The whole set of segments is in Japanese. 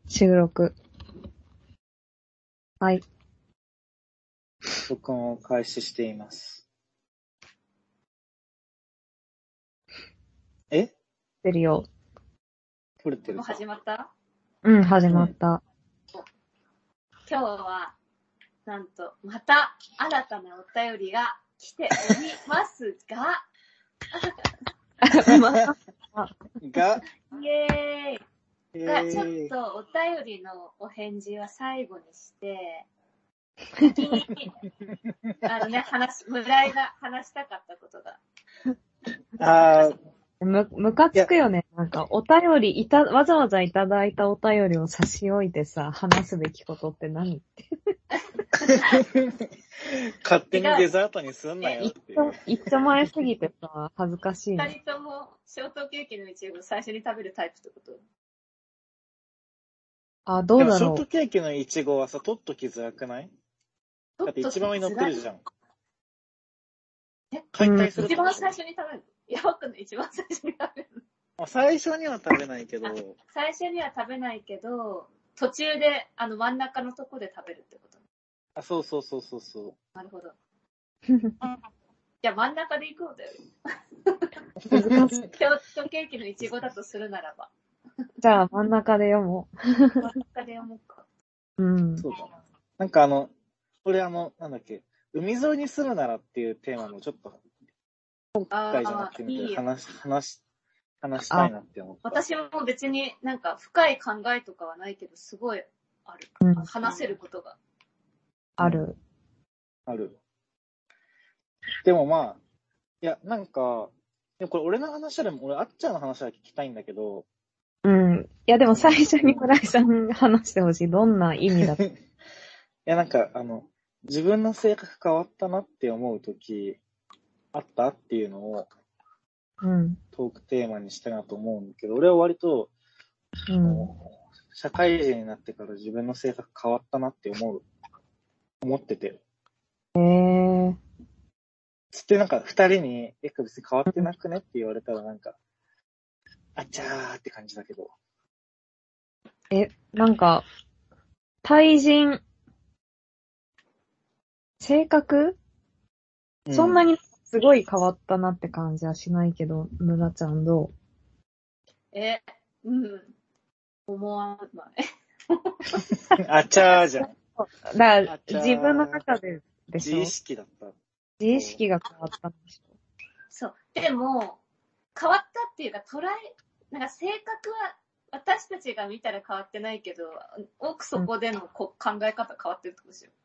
収録。はい。 録音を開始しています。 出るよ。 撮れてるもうか。 始まった？ うん、始まった。 今日は、なんと、また新たなお便りが来ておりますが、 が、 イエーイが、ちょっー、 とお便りのお返事は最後にして、先に、村井が話したかったことが。 むかつくよね。なんか、お便りわざわざいただいたお便りを差し置いてさ、話すべきことって何って。 勝手にデザートにすんなよっていう。 一丁前すぎてさ、恥ずかしい、 二人とも、ショートケーキの一部を最初に食べるタイプってこと？ あ、どうだろう。 ショートケーキのいちごはさ、取っときづらくない？だって一番上に乗ってるじゃん。解体する一番最初に食べるの？やばくない？一番最初に食べるの？ 最初には食べないけど。 最初には食べないけど、途中で、真ん中のとこで食べるってこと？ あ、そうそう。 なるほど。じゃあ真ん中で行こうだよ。 難しい。 ショートケーキのいちごだとするならば。 じゃあ真ん中で読も真ん中で読もうか。 う。うん。 そうだ。なんか俺なんだっけ、海沿いに住むならっていうテーマもちょっと、今回じゃなくていいよ。 話したいなって思った。 私も別になんか深い考えとかはないけど、すごいある。 うん、 話せることが。 ある。 ある。でもまあ、いや、なんか、でもこれ俺の話よりも、俺あっちゃんの話は聞きたいんだけど。 うん。いやでも最初に村井さんが話してほしい。どんな意味だった？ いやなんか、自分の性格変わったなって思うとき、あったっていうのを、 うん。 トークテーマにしたいなと思うんだけど、俺は割と、 うん。 社会人になってから自分の性格変わったなって思ってて。つってなんか二人に、別に変わってなくねって言われたらなんか、あっちゃーって感じだけど。 なんか、対人、性格、そんなにすごい変わったなって感じはしないけど、村ちゃんどう？ 思わない。 あっちゃーじゃん。 だから、自分の中ででしょ？ 自意識だった。 自意識が変わったんでしょ？ そう。でも、変わったっていうか、なんか性格は私たちが見たら変わってないけど、奥底での考え方変わってるってことですよ。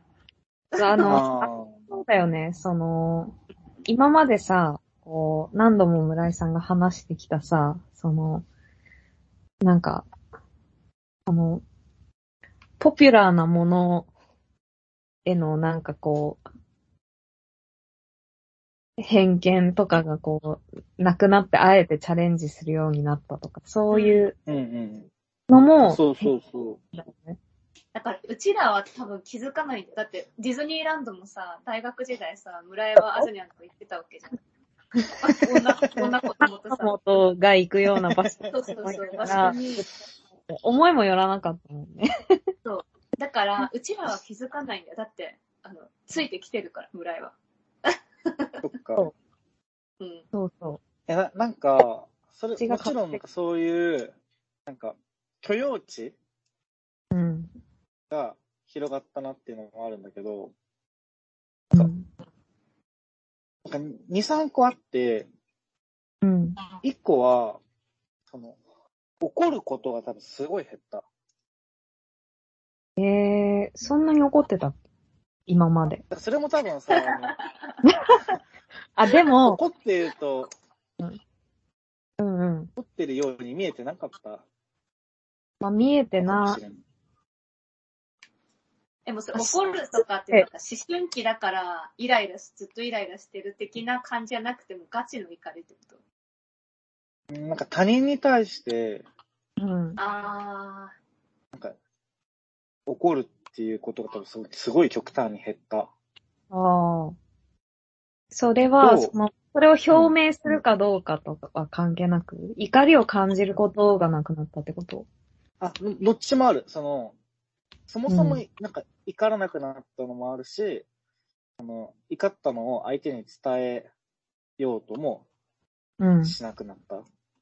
そうだよね。今までさ、何度も村井さんが話してきたさ、なんか、ポピュラーなものへのなんか偏見とかがなくなってあえてチャレンジするようになったとか、そういうのも、 そう。 だから、うちらは多分気づかないんだよ。だって、ディズニーランドもさ、大学時代さ、村井はアズニャンと行ってたわけじゃん。女子供とさ。 元が行くような場所。 そう、場所に。 思いもよらなかったもんね。 そう。だから、うちらは気づかないんだよ。だって、ついてきてるから、村井は。 そっか。 うん。そう。 なんか、もちろんそういう、なんか、許容値が広がったなっていうのもあるんだけど、なんか2、3個あって、1個は、怒ることが多分すごい減った。 そんなに怒ってた？今まで。 それも多分さ、 でも、 怒っていると、 怒ってるように見えてなかった。 まあ、見えてな。 でも怒るとかってなんか思春期だからずっとイライラしてる的な感じじゃなくてもガチの怒りってこと？ なんか他人に対して、 なんか怒るっていうことが多分すごい極端に減った。 それは、それを表明するかどうかとかは関係なく、怒りを感じることがなくなったってこと？ どっちもある。そもそもなんか怒らなくなったのもあるし、怒ったのを相手に伝えようともしなくなった。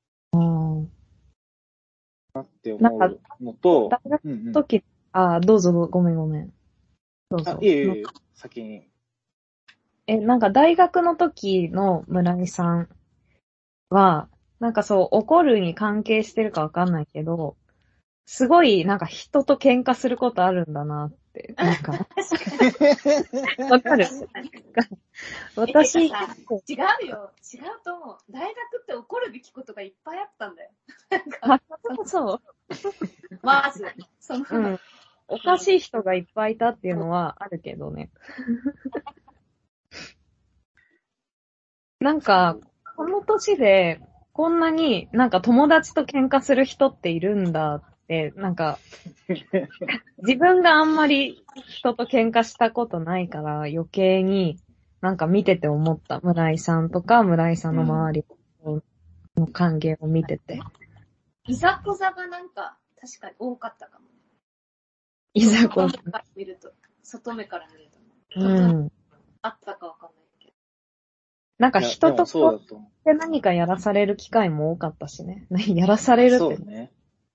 なって思うのと、 大学の時、どうぞ、ごめん。どうぞ。 いえ、先に。 なんか大学の時の村井さんは、なんかそう、怒るに関係してるかわかんないけど、すごい、なんか人と喧嘩することあるんだなって、なんか。わかる私、 違うよ。違うと思う。大学って怒るべきことがいっぱいあったんだよ。 そう。 まず、 おかしい人がいっぱいいたっていうのはあるけどね。なんか、この年で、こんなになんか友達と喧嘩する人っているんだって、なんか、自分があんまり人と喧嘩したことないから余計になんか見てて思った。村井さんとか村井さんの周りの関係を見てて。 いざこざがなんか確かに多かったかも。 いざこざ。 外目から見ると。あったかわかんないけど。 なんか人とって何かやらされる機会も多かったしね。やらされるって。 そうね。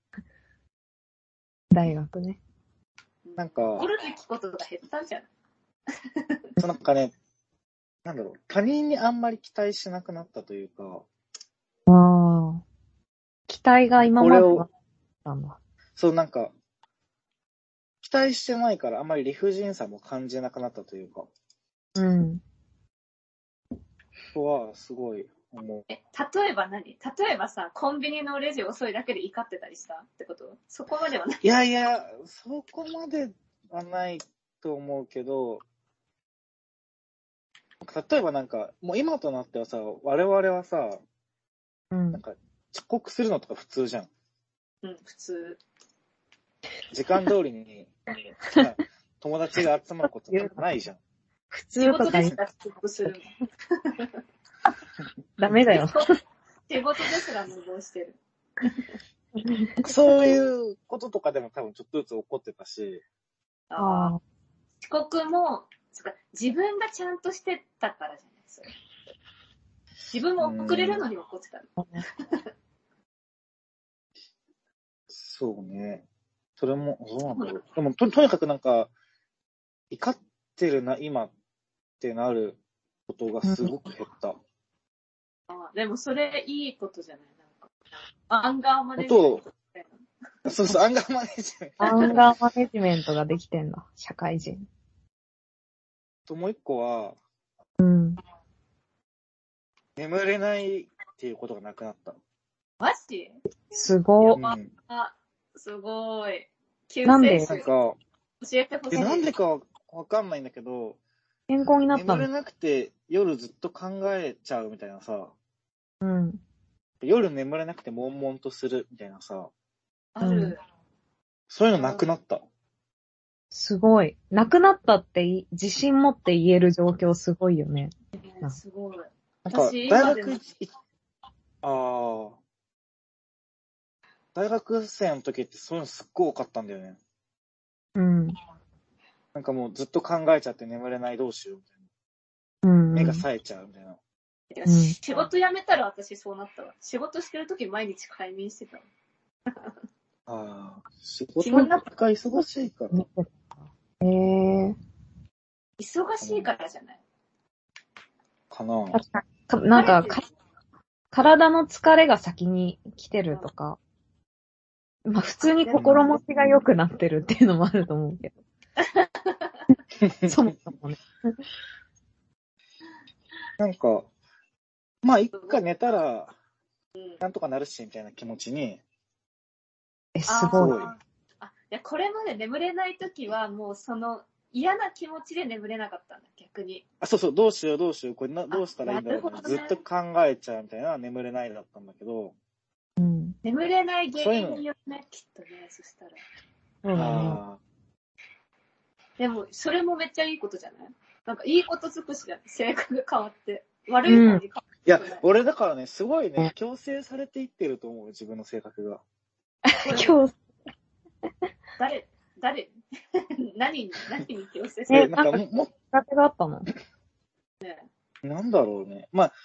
大学ね。 なんか。怒るべきことが減ったんじゃないなんかね、なんだろう、他人にあんまり期待しなくなったというか。 期待が今まではあったんだ。 そう、なんか、期待してないからあんまり理不尽さも感じなくなったというか。とは、すごい思う。 例えば何？例えばさ、コンビニのレジ遅いだけで怒ってたりしたってこと？そこまではない？ いや、そこまではないと思うけど、例えばなんか、もう今となってはさ、我々はさ、なんか遅刻するのとか普通じゃん。 普通。 時間通りに友達が集まることないじゃん。 普通とかに。仕事ですら遅刻する。 ダメだよ。 仕事ですら無謀してる。 そういうこととかでも多分ちょっとずつ起こってたし。 遅刻も、自分がちゃんとしてたからじゃないそれ。自分も遅れるのに怒ってたの。 そうね。それも、どうなんだろう。でもとにかくなんか、怒ってるな、今ってなることがすごく減った。 でもそれいいことじゃないなんか。アンガーマネジメント。 そう、アンガーマネジメント。 アンガーマネジメントができてんだ、社会人。 と、もう一個は、眠れないっていうことがなくなった。 マジ？ すごい。 すごい。 なんで？ なんか、 教えてほしい。 なんでかわかんないんだけど、 健康になったの？ 眠れなくて夜ずっと考えちゃうみたいなさ。夜眠れなくて悶々とするみたいなさ。 ある。 そういうのなくなった。 すごい。なくなったって自信持って言える状況すごいよね。 すごい。 なんか、大学生の時ってそういうのすっごい多かったんだよね。なんかもうずっと考えちゃって眠れないどうしようみたいな。目が冴えちゃうみたいな。 仕事辞めたら私そうなったわ。仕事してる時毎日快眠してた。 仕事が忙しいから。 忙しいからじゃないかな。 なんか、体の疲れが先に来てるとか、まあ普通に心持ちが良くなってるっていうのもあると思うけど。そもそもね。 なんか、まあ一回寝たら、なんとかなるし、みたいな気持ちに。 すごい。 いや、これまで眠れないときは、もうその嫌な気持ちで眠れなかったんだ、逆に。 そう、どうしよう、これどうしたらいいんだろうって、ずっと考えちゃうみたいな眠れないだったんだけど。 眠れない原因によってね、きっとね、そしたら。でも、それもめっちゃいいことじゃない？なんかいいこと尽くしじゃん。性格が変わって。悪い方に変わって。いや、俺だからね、すごいね、強制されていってると思う、自分の性格が。 強制誰何に強制する？ なんか、もっと苦手があったの？ なんだろうね。まあ、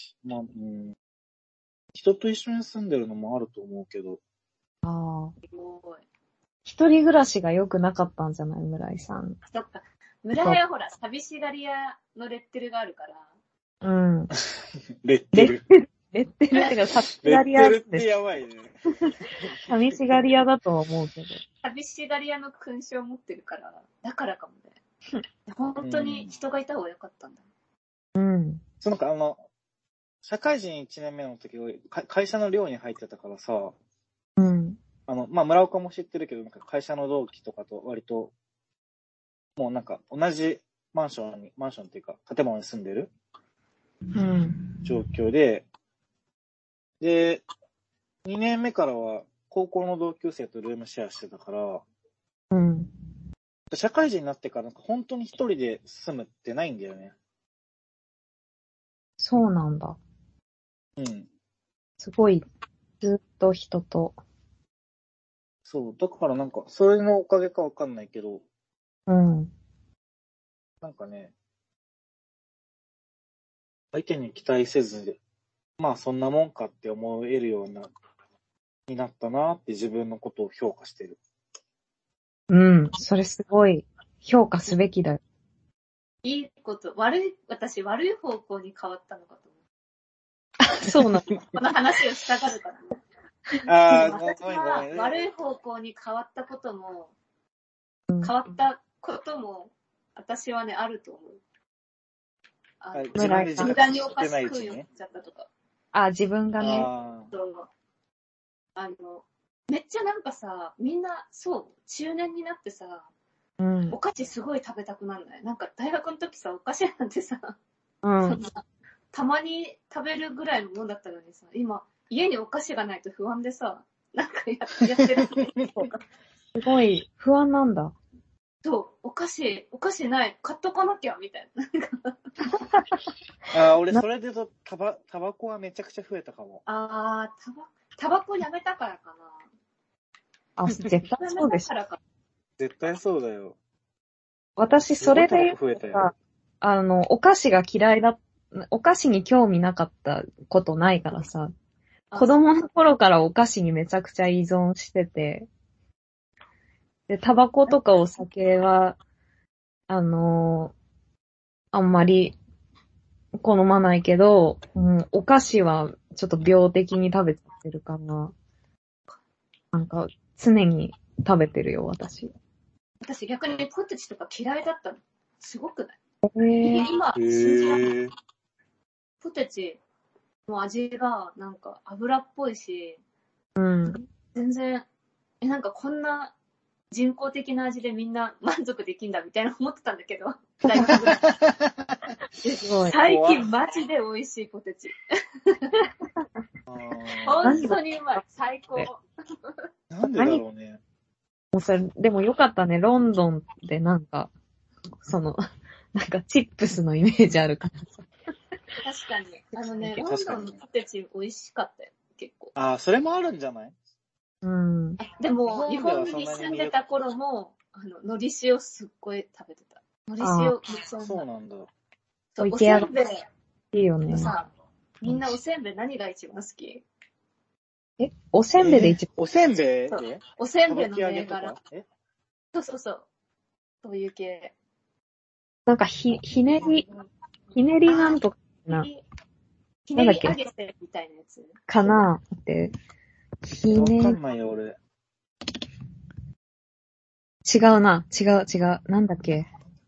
人と一緒に住んでるのもあると思うけど。 ああ。一人暮らしが良くなかったんじゃない、村井さん。 そっか。村井はほら、寂しがり屋のレッテルがあるから。 うん。 レッテルってか、寂しがり屋レッテルってやばいね。 寂しがり屋だとは思うけど。 寂しがり屋の勲章を持ってるから、だからかもね。本当に人がいた方が良かったんだ。 うん。 なんか社会人1年目の時は会社の寮に入ってたからさ、 うん。 まあ、村岡も知ってるけど、なんか会社の同期とかと割と、もうなんか同じマンションっていうか、建物に住んでる状況で、で、2年目からは高校の同級生とルームシェアしてたから、 うん。 社会人になってからなんか本当に一人で住むってないんだよね。 そうなんだ。 うん。 すごい、ずっと人と。 そう、だからなんか、それのおかげかわかんないけど、 うん。 なんかね、相手に期待せず、まあそんなもんかって思えるようになったなって自分のことを評価してる。 うん。それすごい評価すべきだよ。 いいこと、私悪い方向に変わったのかと思う。 そうなの。 この話をしたがるからね。私は悪い方向に変わったことも、私はね、あると思う。 自分で無駄にお菓子食うようになっちゃったとか。 自分がね。 めっちゃなんかさ、みんな、中年になってさ、 うん、 お菓子すごい食べたくなるんだよ。なんか大学の時さ、お菓子なんてさ、 うん、 たまに食べるぐらいのもんだったのにさ、今、家にお菓子がないと不安でさ、なんかやってる。 すごい不安なんだ。 そう、お菓子ない、買っとかなきゃ、みたいな。俺それで言うと、タバコはめちゃくちゃ増えたかも。 タバコやめたからかな。 絶対そうでしょ。 絶対そうだよ。 私、それで言うと、お菓子が嫌いだ、お菓子に興味なかったことないからさ、子供の頃からお菓子にめちゃくちゃ依存してて、で、タバコとかお酒は、あんまり好まないけど、お菓子はちょっと病的に食べちゃってるから、なんか常に食べてるよ、私。 私逆にポテチとか嫌いだったの。すごくない？今、信じられない。ポテチの味がなんか油っぽいし、全然、なんかこんな人工的な味でみんな満足できんだみたいな思ってたんだけど、大学ぐらい。最近マジで美味しいポテチ。本当にうまい。最高。 なんでだろうね。 もうそれ、でもよかったね。ロンドンでなんか、なんかチップスのイメージあるから。 確かに。ロンドンのポテチ美味しかったよ。結構。 それもあるんじゃない？ でも、日本に住んでた頃も、海苔塩すっごい食べてた。海苔塩めっちゃうまい。 そうなんだ。 そう、おせんべい。 いいよね。 さ、みんなおせんべい何が一番好き？ おせんべいで一番おせんべいおせんべいの銘柄。そう。そういう系。 なんかひねりなんとかな。 ひねり揚げてみたいなやつ。 かなって。 わかんないよ、俺。 違う。なんだっけ。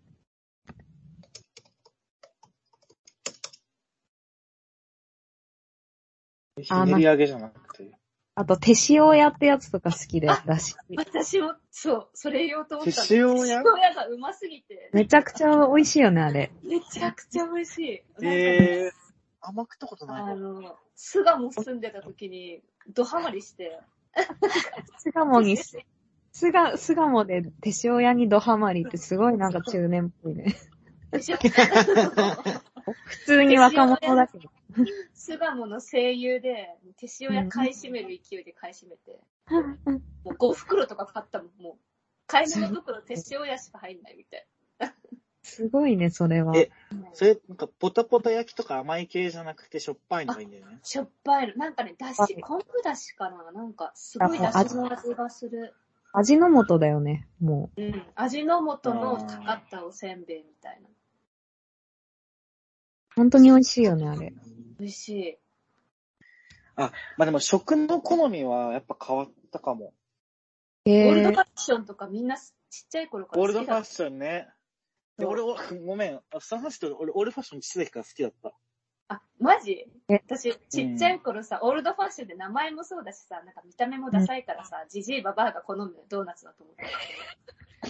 ひねり揚げじゃなくて。 あと、手塩屋ってやつとか好きだし。 私も、それ言おうと思ったの。 手塩屋？ 手塩屋がうますぎて。 めちゃくちゃ美味しいよね、あれ。 めちゃくちゃ美味しい。 甘くったことない。 巣鴨住んでた時に、ドハマりして。 巣鴨で手塩屋にドハマりってすごいなんか中年っぽいね。普通に若者だけど。 巣鴨の声優で、手塩屋買い占める勢いで買い占めて。もう5袋とか買ったもん、も買い物袋手塩屋しか入んないみたい。 すごいね、それは。 それ、なんか、ポタポタ焼きとか甘い系じゃなくて、しょっぱいのがいいんだよね。 しょっぱいの。なんかね、だし、昆布だしかな。なんか、すごいだしの味がする。 味の素だよね、もう。うん。味の素のかかったおせんべいみたいな。 本当に美味しいよね、あれ。 美味しい。 まあでも食の好みはやっぱ変わったかも。 オールドファッションとかみんなちっちゃい頃からオー好きだった。 ルドファッションね。俺、ごめん。その話と俺、オールドファッションちっちゃいから好きだった。 あ、マジ？私、ちっちゃい頃さ、オールドファッションで名前もそうだしさ、なんか見た目もダサいからさ、ジジイババアが好むドーナツだと思って。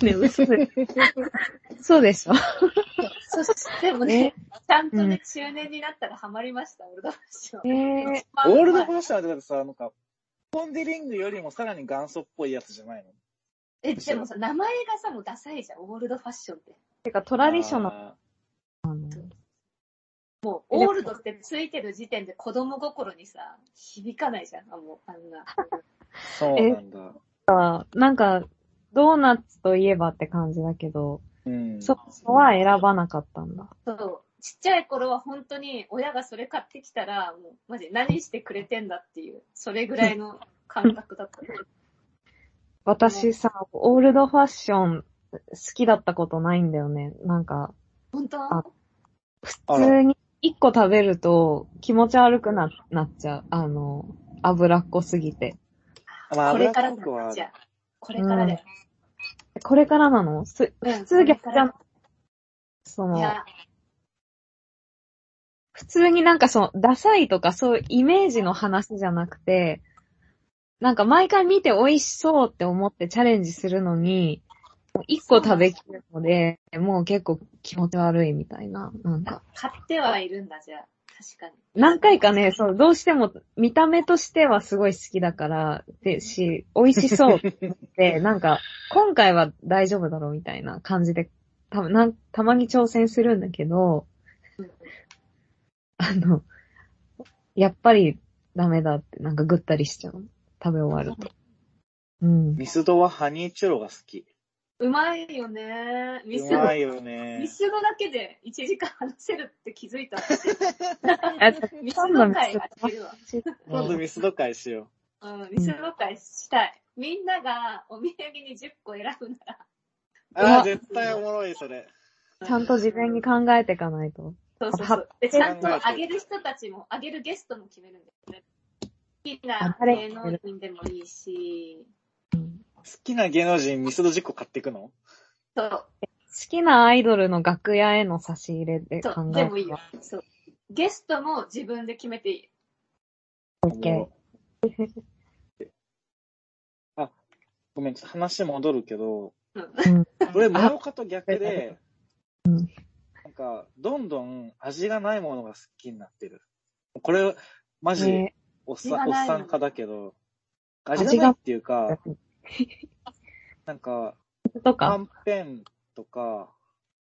ね、嘘で。そうでしょ。 でもね、ちゃんとね、中年になったらハマりました、オールドファッション。 オールドファッションだってさ、なんか、ポンデリングよりもさらに元祖っぽいやつじゃないの？ でもさ、名前がさ、もうダサいじゃん、オールドファッションって。 てか、トラディショナル。 もう、オールドってついてる時点で子供心にさ、響かないじゃん、もう、あんな。 そうなんだ。 なんか、ドーナツといえばって感じだけど、そこは選ばなかったんだ。 そう。ちっちゃい頃は本当に親がそれ買ってきたら、もうマジ何してくれてんだっていう、それぐらいの感覚だった。 私さ、オールドファッション好きだったことないんだよね。なんか、 本当？ 普通に1個食べると気持ち悪くなっちゃう。脂っこすぎて。 これからだっちゃう。これからだよ。 これからなの？普通逆じゃん。普通になんかダサいとかそういうイメージの話じゃなくて、なんか毎回見て美味しそうって思ってチャレンジするのに、1個食べきるので、もう結構気持ち悪いみたいな、なんか。 買ってはいるんだ、じゃあ。確かに。 何回かね、どうしても見た目としてはすごい好きだから、美味しそうって思って、なんか、今回は大丈夫だろうみたいな感じで、たまに挑戦するんだけど、やっぱりダメだって、なんかぐったりしちゃう。食べ終わると。 ミスドはハニーチュロが好き。 うまいよね。 うまいよね。 ミスドだけで1時間話せるって気づいた。ミスド会やってるわ。 今度ミスド会しよう。ミスド会したい。みんながお土産に10個選ぶなら。絶対おもろい、それ。 ちゃんと事前に考えていかないと。 そう。で、ちゃんとあげる人たちも、あげるゲストも決めるんだよね。好きな芸能人でもいいし。 好きな芸能人ミスド10個買っていくの？ そう。 好きなアイドルの楽屋への差し入れで考える。 そう、でもいいよ。そう。ゲストも自分で決めていい。 OK。 ごめん、ちょっと話戻るけど、これ、諸岡と逆で、なんか、どんどん味がないものが好きになってる。これ、マジ、おっさん派だけど、味がないっていうか、なんか、はんぺんとか、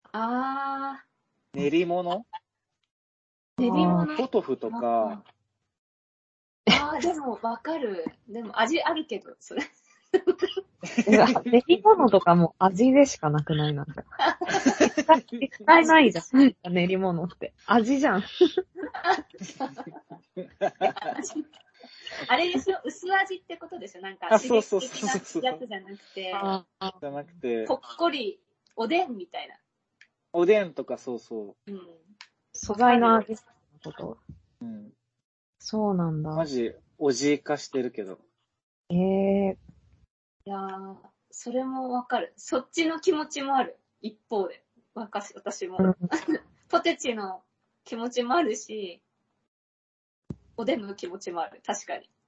練り物ポトフとか。 でもわかる。でも味あるけど、それ。 練り物とかも味でしかなくない？なんか。絶対ないじゃん。練り物って。味じゃん。 あれでしょ？薄味ってことでしょ？なんか、刺激的なやつじゃなくて、ほっこり、おでんみたいな。 おでんとか、そうそう。 素材の味ってこと？そうなんだ。 マジ、おじい化してるけど。 いやー、それもわかる。そっちの気持ちもある。一方で。私も。ポテチの気持ちもあるし、おでんの気持ちもある。確かに。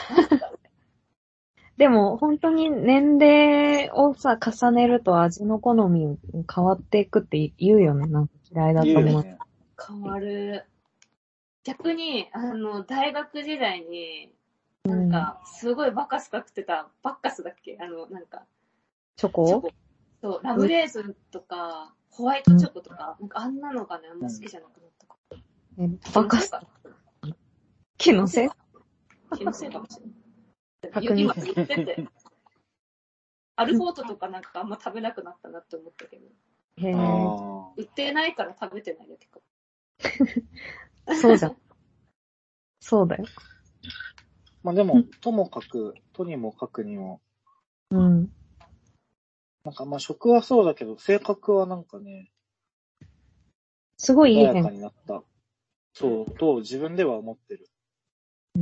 でも、本当に年齢をさ、重ねると味の好み変わっていくって言うよね。なんか嫌いだと思う。 変わる。逆に、大学時代に、なんか、すごいバカスカ食ってた、バッカスだっけ？なんか。 チョコ？ そう、ラムレーズンとか、ホワイトチョコとか、なんかあんなのがね、あんま好きじゃなくなったから。 バカスカ。気のせい？ 気のせいかもしれない。今言ってて。 アルフォートとかなんかあんま食べなくなったなって思ったけど。 へえ。 売ってないから食べてないだけか。 そうじゃん。そうだよ。 まあでも、とにもかくにも、 うん。 なんかまあ食はそうだけど、性格はなんかね、 すごいいい穏やか変化。 になった。そう、と自分では思ってる。 うん。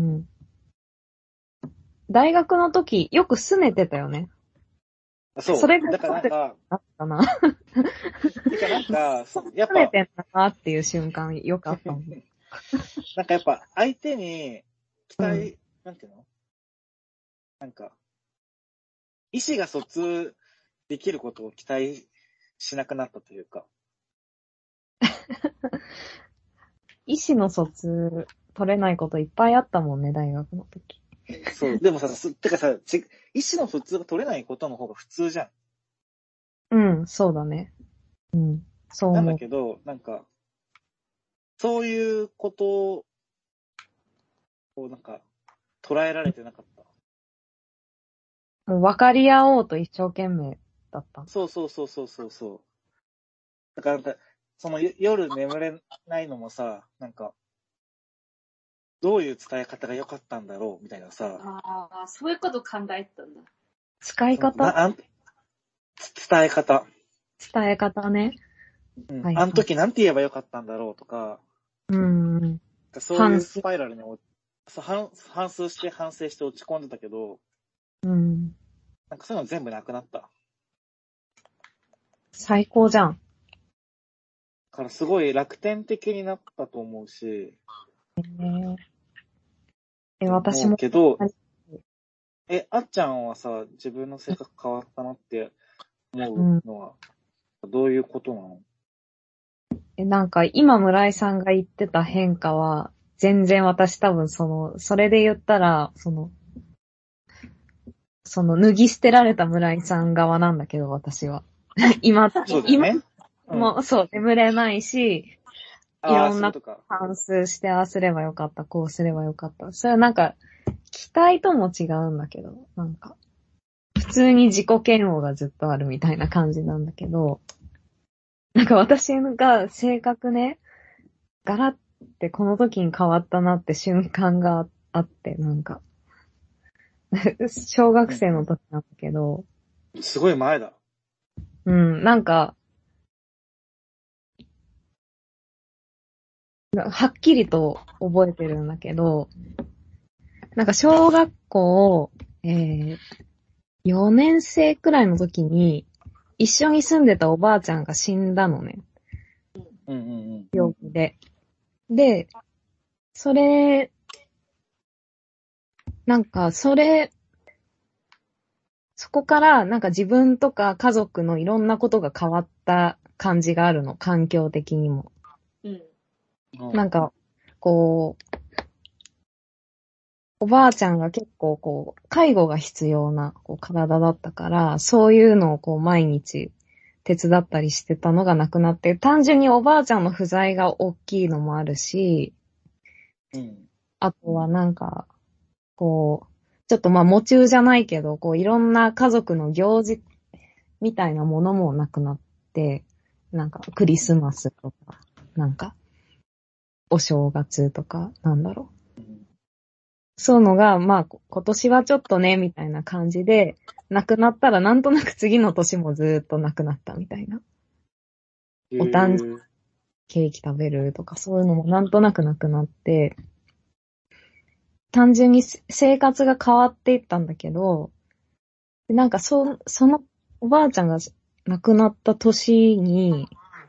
大学の時、よく拗ねてたよね。 そう。 それがだからなんか、 あったな。 てかなんか、やっ拗ねぱ、 てんだなっていう瞬間、よくあったもん。 なんかやっぱ相手に期待、なんていうのなんか、意思が疎通できることを期待しなくなったというか。 意思の疎通取れないこといっぱいあったもんね、大学の時。 そう。でもさ、てかさ、意思の疎通が取れないことの方が普通じゃん。 うん、そうだね。うん、そうなんだ思けど、なんか、そういうことをなんか、捉えられてなかった。 う。もう分かり合おうと一生懸命だった。 そうそうそうそうそうそう。だからなんか、その夜眠れないのもさ、なんか、どういう伝え方が良かったんだろうみたいなさ。 ああ、そういうこと考えてたんだ。 使い方伝え方。 伝え方ね。 うん。 はい、 あの時なんて言えばよかったんだろうとか、 うん。 そういうスパイラルに反芻して反省して落ち込んでたけど、 うん。 なんかそういうの全部なくなった。だ最高じゃん。 からすごい楽天的になったと思うし、 私も。 けど、あっちゃんはさ、自分の性格変わったなって思うのは、どういうことなの？ なんか今村井さんが言ってた変化は、全然私多分それで言ったら、脱ぎ捨てられた村井さん側なんだけど、私は。今、 そうだよね。 もう、そう、眠れないし、いろんなそういうことか。 反芻して、ああすればよかった、こうすればよかった。それはなんか、期待とも違うんだけど、なんか、普通に自己嫌悪がずっとあるみたいな感じなんだけど、なんか私が性格ね、ガラってこの時に変わったなって瞬間があって、なんか、小学生の時なんだけど、 すごい前だ。 うん、なんか、はっきりと覚えてるんだけど、なんか小学校、4年生くらいの時に、一緒に住んでたおばあちゃんが死んだのね。 うんうんうん。 病気で。で、それ、なんか、そこからなんか自分とか家族のいろんなことが変わった感じがあるの。環境的にも。 うん。 なんか、こう、おばあちゃんが結構介護が必要な体だったから、そういうのを毎日手伝ったりしてたのがなくなって、単純におばあちゃんの不在が大きいのもあるし、 うん。 あとはなんか、ちょっと喪中じゃないけど、いろんな家族の行事みたいなものもなくなって、なんかクリスマスとか、なんか、お正月とか、なんだろう。そういうのが、今年はちょっとね、みたいな感じで、なくなったらなんとなく次の年もずーっとなくなったみたいな。お誕生日、ケーキ食べるとか、そういうのもなんとなくなくなって、単純に生活が変わっていったんだけど、なんかそのおばあちゃんが亡くなった年に、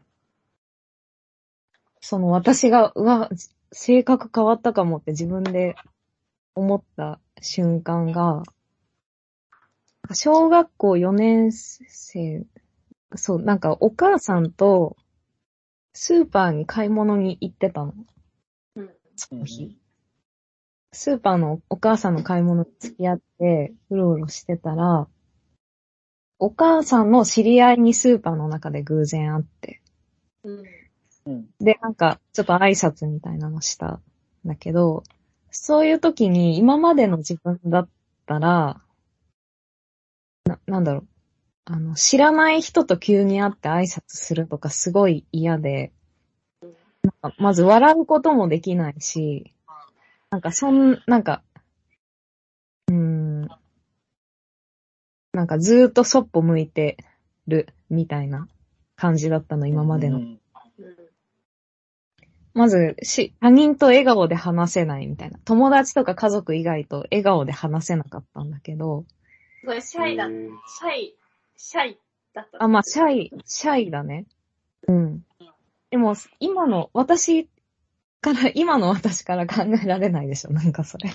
私が、性格変わったかもって自分で思った瞬間が、小学校4年生、そう、なんかお母さんとスーパーに買い物に行ってたの。その日。スーパーのお母さんの買い物に付き合って、うろうろしてたら、お母さんの知り合いにスーパーの中で偶然会って。で、なんか、ちょっと挨拶みたいなのしたんだけど、そういう時に今までの自分だったら、なんだろう、 知らない人と急に会って挨拶するとかすごい嫌で、まず笑うこともできないし、なんかずーっとそっぽ向いてるみたいな感じだったの、今までの。まず、他人と笑顔で話せないみたいな。友達とか家族以外と笑顔で話せなかったんだけど。 これシャイだった。 まあ、シャイだね。うん。でも、今の私から考えられないでしょ、なんかそれ。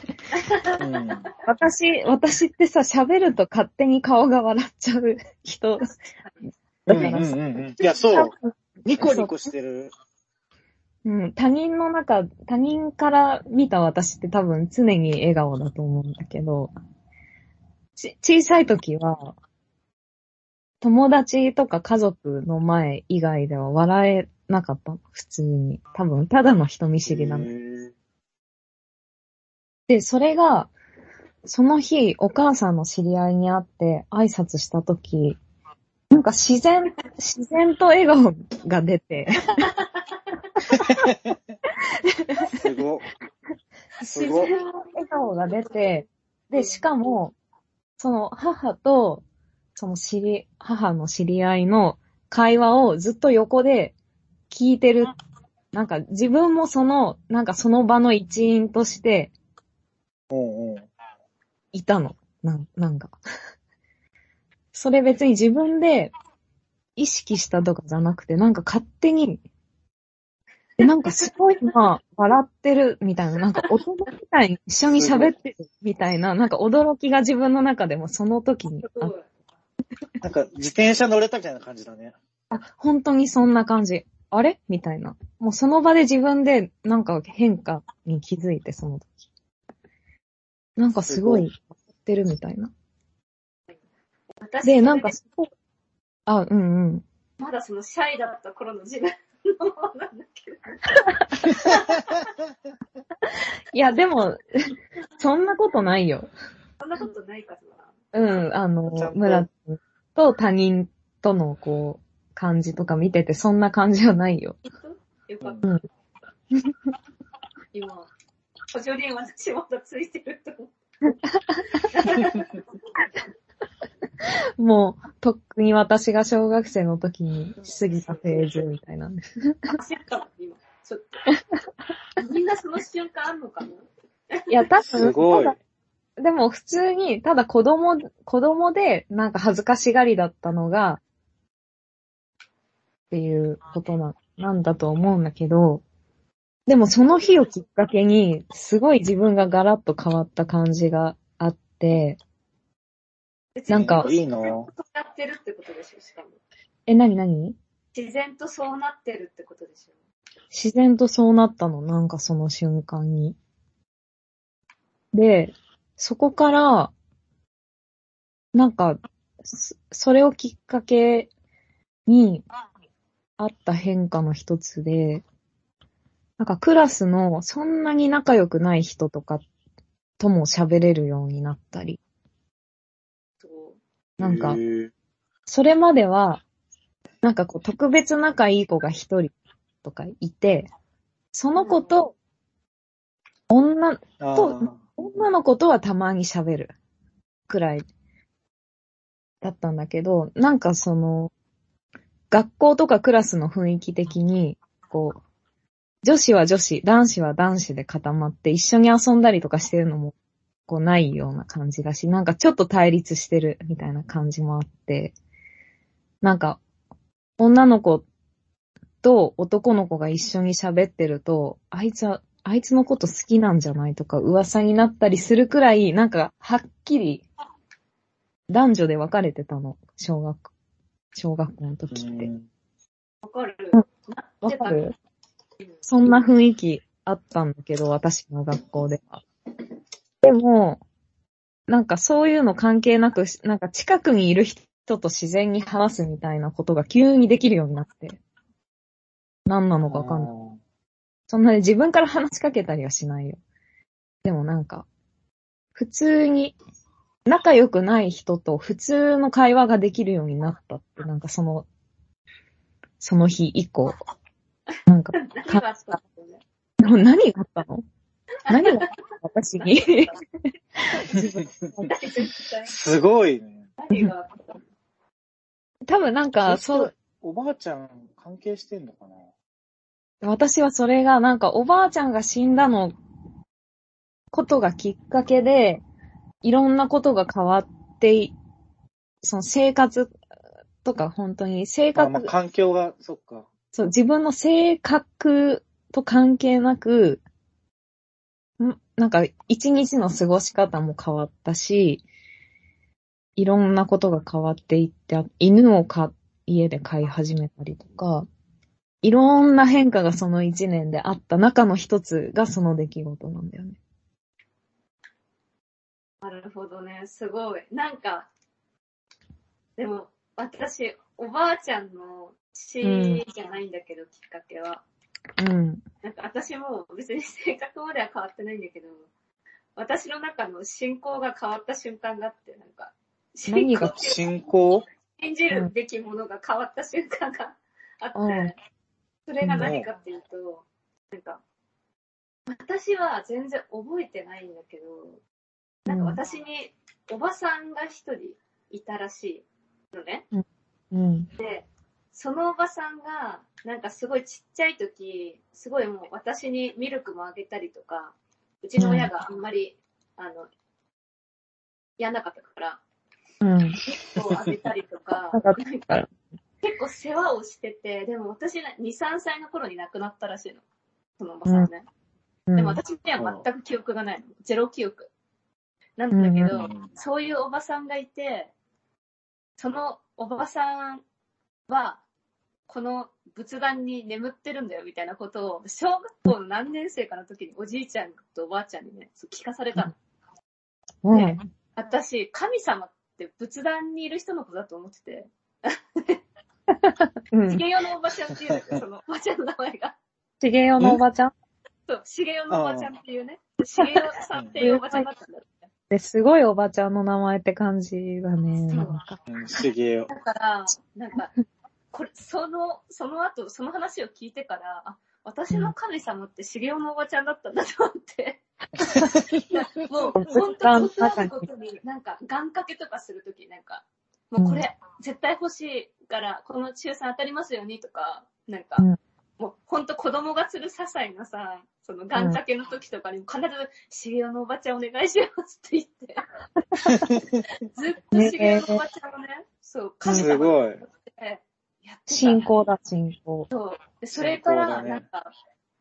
私ってさ、喋ると勝手に顔が笑っちゃう人だからさ。 いや、そう。ニコニコしてる。 他人から見た私って多分常に笑顔だと思うんだけど、小さい時は、友達とか家族の前以外では笑えなかったの、普通に。多分、ただの人見知りなの。で、それが、その日、お母さんの知り合いに会って挨拶した時、なんか自然と笑顔が出て。自然と笑顔が出て、で、しかも、その母と、母の知り合いの会話をずっと横で聞いてる。なんか自分もその場の一員として、いたの。なんか。それ別に自分で意識したとかじゃなくて、なんか勝手に、なんかすごい笑ってるみたいな、なんか大人みたいに一緒に喋ってるみたいな、なんか驚きが自分の中でもその時にあって。 なんか自転車乗れたみたいな感じだね。 本当にそんな感じ。あれみたいな。もうその場で自分でなんか変化に気づいて、その時。なんかすごい笑ってるみたいな。で、なんかまだそのシャイだった頃の自分のままなんだけど。 いや、でも、そんなことないよ。 そんなことないかな。村と他人との感じとか見てて、そんな感じはないよ。 よかった。今、補助輪私まだついてると思う。 もう、とっくに私が小学生の時に過ぎたフェーズみたいなんです。 今、ちょっと。みんなその瞬間あんのかな？ いや、多分、 すごい。 でも普通に、ただ子供で、なんか恥ずかしがりだったのが、っていうことなんだと思うんだけど、でもその日をきっかけに、すごい自分がガラッと変わった感じがあって、なんか、 いいの？ そうなってるってことでしょ、しかも。 何？ 自然とそうなってるってことでしょ。 自然とそうなったの、なんかその瞬間に。で、そこから、なんか、それをきっかけにあった変化の一つで、なんかクラスのそんなに仲良くない人とかとも喋れるようになったり。なんか、それまでは、なんか特別仲いい子が一人とかいて、その子と、女の子とはたまに喋るくらいだったんだけど、なんか学校とかクラスの雰囲気的に、女子は女子、男子は男子で固まって一緒に遊んだりとかしてるのも、ないような感じだし、なんかちょっと対立してるみたいな感じもあって、なんか、女の子と男の子が一緒に喋ってると、あいつのこと好きなんじゃないとか噂になったりするくらい、なんか、はっきり、男女で分かれてたの。小学校の時って。 わかる？ わかる？そんな雰囲気あったんだけど、私の学校では。でも、なんかそういうの関係なく、なんか近くにいる人と自然に話すみたいなことが急にできるようになって。何なのかわかんない。そんなに自分から話しかけたりはしないよ。でもなんか、普通に仲良くない人と普通の会話ができるようになったって、なんかその日以降。なんか、 何があったの何があったの何があったの私に。 すごいね。 何があったの多分なんか、 そう。おばあちゃん関係してんのかな。 私はそれがなんかおばあちゃんが死んだのことがきっかけで、いろんなことが変わって、その生活とか本当に生活、 まあ環境が、そっか。 そう、自分の性格と関係なく、なんか一日の過ごし方も変わったし、いろんなことが変わっていって、犬を家で飼い始めたりとか、いろんな変化がその一年であった中の一つがその出来事なんだよね。 なるほどね、すごい。なんか、でも、私、おばあちゃんの死じゃないんだけど、きっかけは。 うん。 なんか私も別に性格までは変わってないんだけど、私の中の信仰が変わった瞬間があって、なんか、 何が信仰信じるべきものが変わった瞬間があって、それが何かっていうと、なんか、私は全然覚えてないんだけど、なんか私におばさんが一人いたらしいのね。で、そのおばさんが、なんかすごいちっちゃい時、すごいもう私にミルクもあげたりとか、うちの親があんまり、やんなかったから、ミルクをあげたりとか、結構世話をしてて、でも私2、3歳の頃に亡くなったらしいの。そのおばさんはね。でも私には全く記憶がないの。ゼロ記憶。なんだけど、そういうおばさんがいて、そのおばさんは、この仏壇に眠ってるんだよみたいなことを、小学校の何年生かの時におじいちゃんとおばあちゃんにね、聞かされたの。で、私、神様って仏壇にいる人のことだと思ってて、しげよのおばちゃんっていうんだけど、そのおばちゃんの名前が。 しげよのおばちゃんそう、しげよのおばちゃんっていうね。しげよさんっていうおばちゃんだったんだって。 すごいおばちゃんの名前って感じだね。 しげよ。 だから、なんか、これ、その後、その話を聞いてから、あ、私の神様ってしげおのおばちゃんだったんだと思って。もう、ほんとことあることに、なんか、願掛けとかするとき、なんか、もうこれ、絶対欲しいから、この抽選当たりますようにとか、なんか、もう、ほんと子供がする些細なさ、その願掛けの時とかにも必ず、しげおのおばちゃんお願いしますって言って、ずっとしげおのおばちゃんをね、そう、神様にって、 信仰だ、信仰。 そう。で、それから、なんか、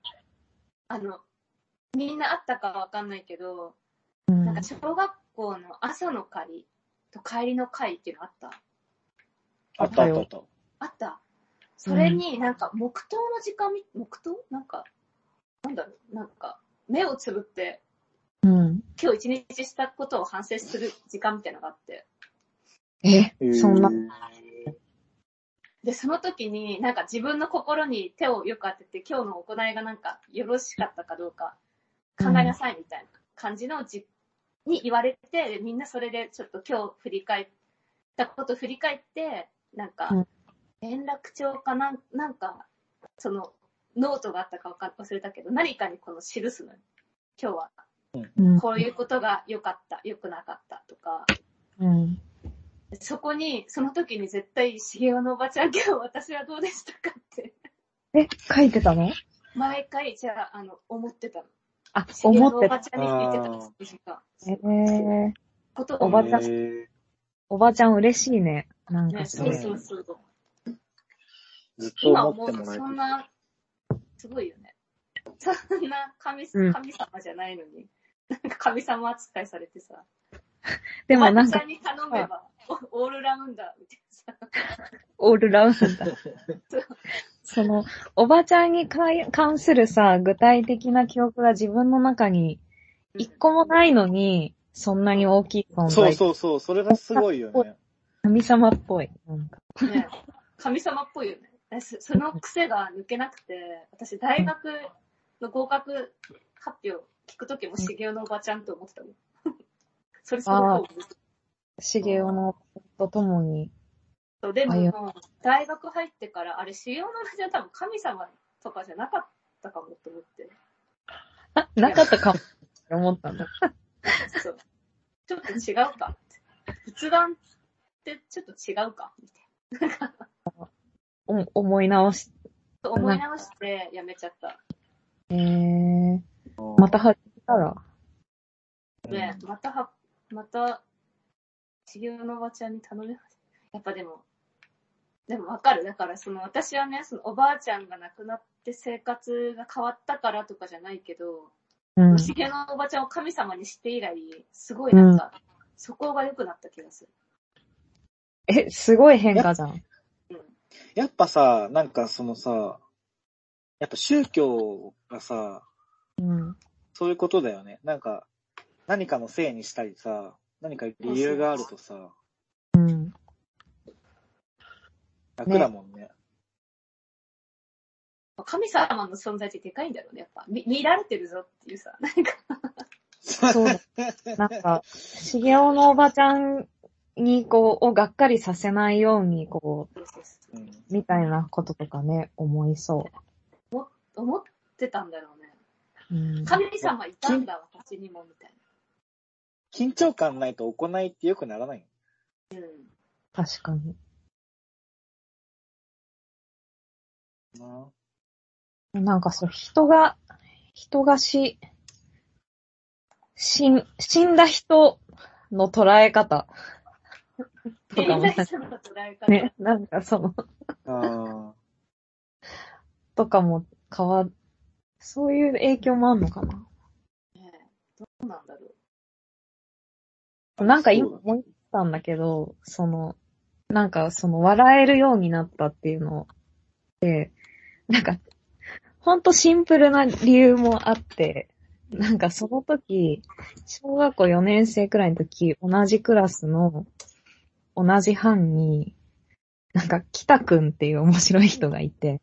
みんなあったかわかんないけど、なんか小学校の朝の会と帰りの会っていうのあった？ あった。 あった。それになんか黙祷の時間黙祷なんか、なんだろう、なんか、目をつぶって、今日一日したことを反省する時間みたいなのがあって。 そんな。 で、その時になんか自分の心に手をよく当てて、今日の行いがなんかよろしかったかどうか考えなさいみたいな感じのに言われて、みんなそれでちょっと今日振り返ったこと振り返って、なんか、連絡帳かなんか、そのノートがあったか忘れたけど、何かにこの記すのよ。今日は、こういうことが良かった、良くなかったとか、そこに、その時に絶対、しげおのおばちゃん、今日私はどうでしたかって。 書いてたの？ 毎回、じゃあ、思ってたの。 あ、 しげおのおばちゃんに言ってたの。ことおばちゃん、おばちゃん嬉しいね。なんかそう。 ずっと思ってもらえてる。 今もうそんな、すごいよね。そんな神様じゃないのに、なんか神様扱いされてさ。でもなんか。おばちゃんに頼めば、オールラウンダーみたいなさ。 オールラウンダー。その、おばちゃんに関するさ、具体的な記憶が自分の中に一個もないのに、そんなに大きい存在。 そう。それがすごいよね。 神様っぽい。なんかね、神様っぽいよね。その癖が抜けなくて、私大学の合格発表聞くときもしげおのおばちゃんと思ってたもん。それすごく茂雄のと共に。 そう、でも、大学入ってから、あれ、茂雄のじゃ多分神様とかじゃなかったかもと思って。 なかったかもって思ったんだ。 そう。ちょっと違うかって。仏壇ってちょっと違うかみたいな。 思い直してやめちゃった。 また始めたら。 ね、また、茂雄のおばちゃんに頼めます。やっぱでもわかる。だから私はね、おばあちゃんが亡くなって生活が変わったからとかじゃないけど、茂雄のおばちゃんを神様にして以来、すごいなんか、素行が良くなった気がする。 すごい変化じゃん。 やっぱさ、なんかやっぱ宗教がさ、そういうことだよね。なんか、何かのせいにしたりさ、何か理由があるとさ、楽だもんね。 神様の存在ってでかいんだろうね、やっぱ。見られてるぞっていうさ、なんか。 そうだ。なんか、茂雄のおばちゃんにをがっかりさせないように、みたいなこととかね、思いそう。 思ってたんだろうね。神様いたんだ、私にも、みたいな。 緊張感ないと行いって良くならない。 確かに。なんか人が死んだ人の捉え方とかもね、なんかとかもそういう影響もあんのかな。 どうなんだろう。なんか今思ったんだけど、なんか笑えるようになったっていうので、なんか、ほんとシンプルな理由もあって、なんかその時、小学校4年生くらいの時、同じクラスの同じ班に、なんか北くんっていう面白い人がいて、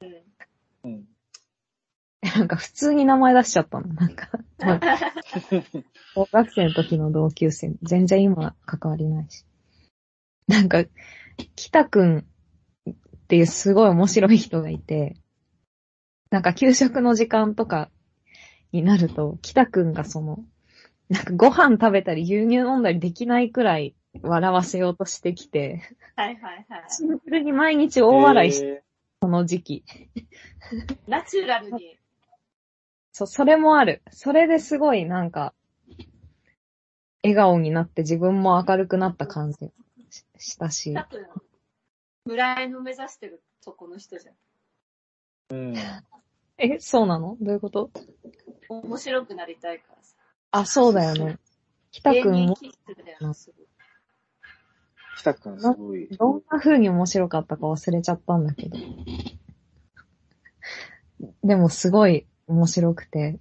なんか普通に名前出しちゃったの。なんか、小学生の時の同級生、全然今関わりないし。なんか、北くんっていうすごい面白い人がいて、なんか給食の時間とかになると、北くんがなんかご飯食べたり牛乳飲んだりできないくらい笑わせようとしてきて、シンプルに毎日大笑いして、その時期。 ナチュラルに。 それもある。それですごいなんか、笑顔になって自分も明るくなった感じしたし。 村井の目指してるとこの人じゃん。 そうなの？どういうこと？ 面白くなりたいからさ。 あ、そうだよね。北くんも。 北くんすごい。 どんな風に面白かったか忘れちゃったんだけど。でもすごい面白くて。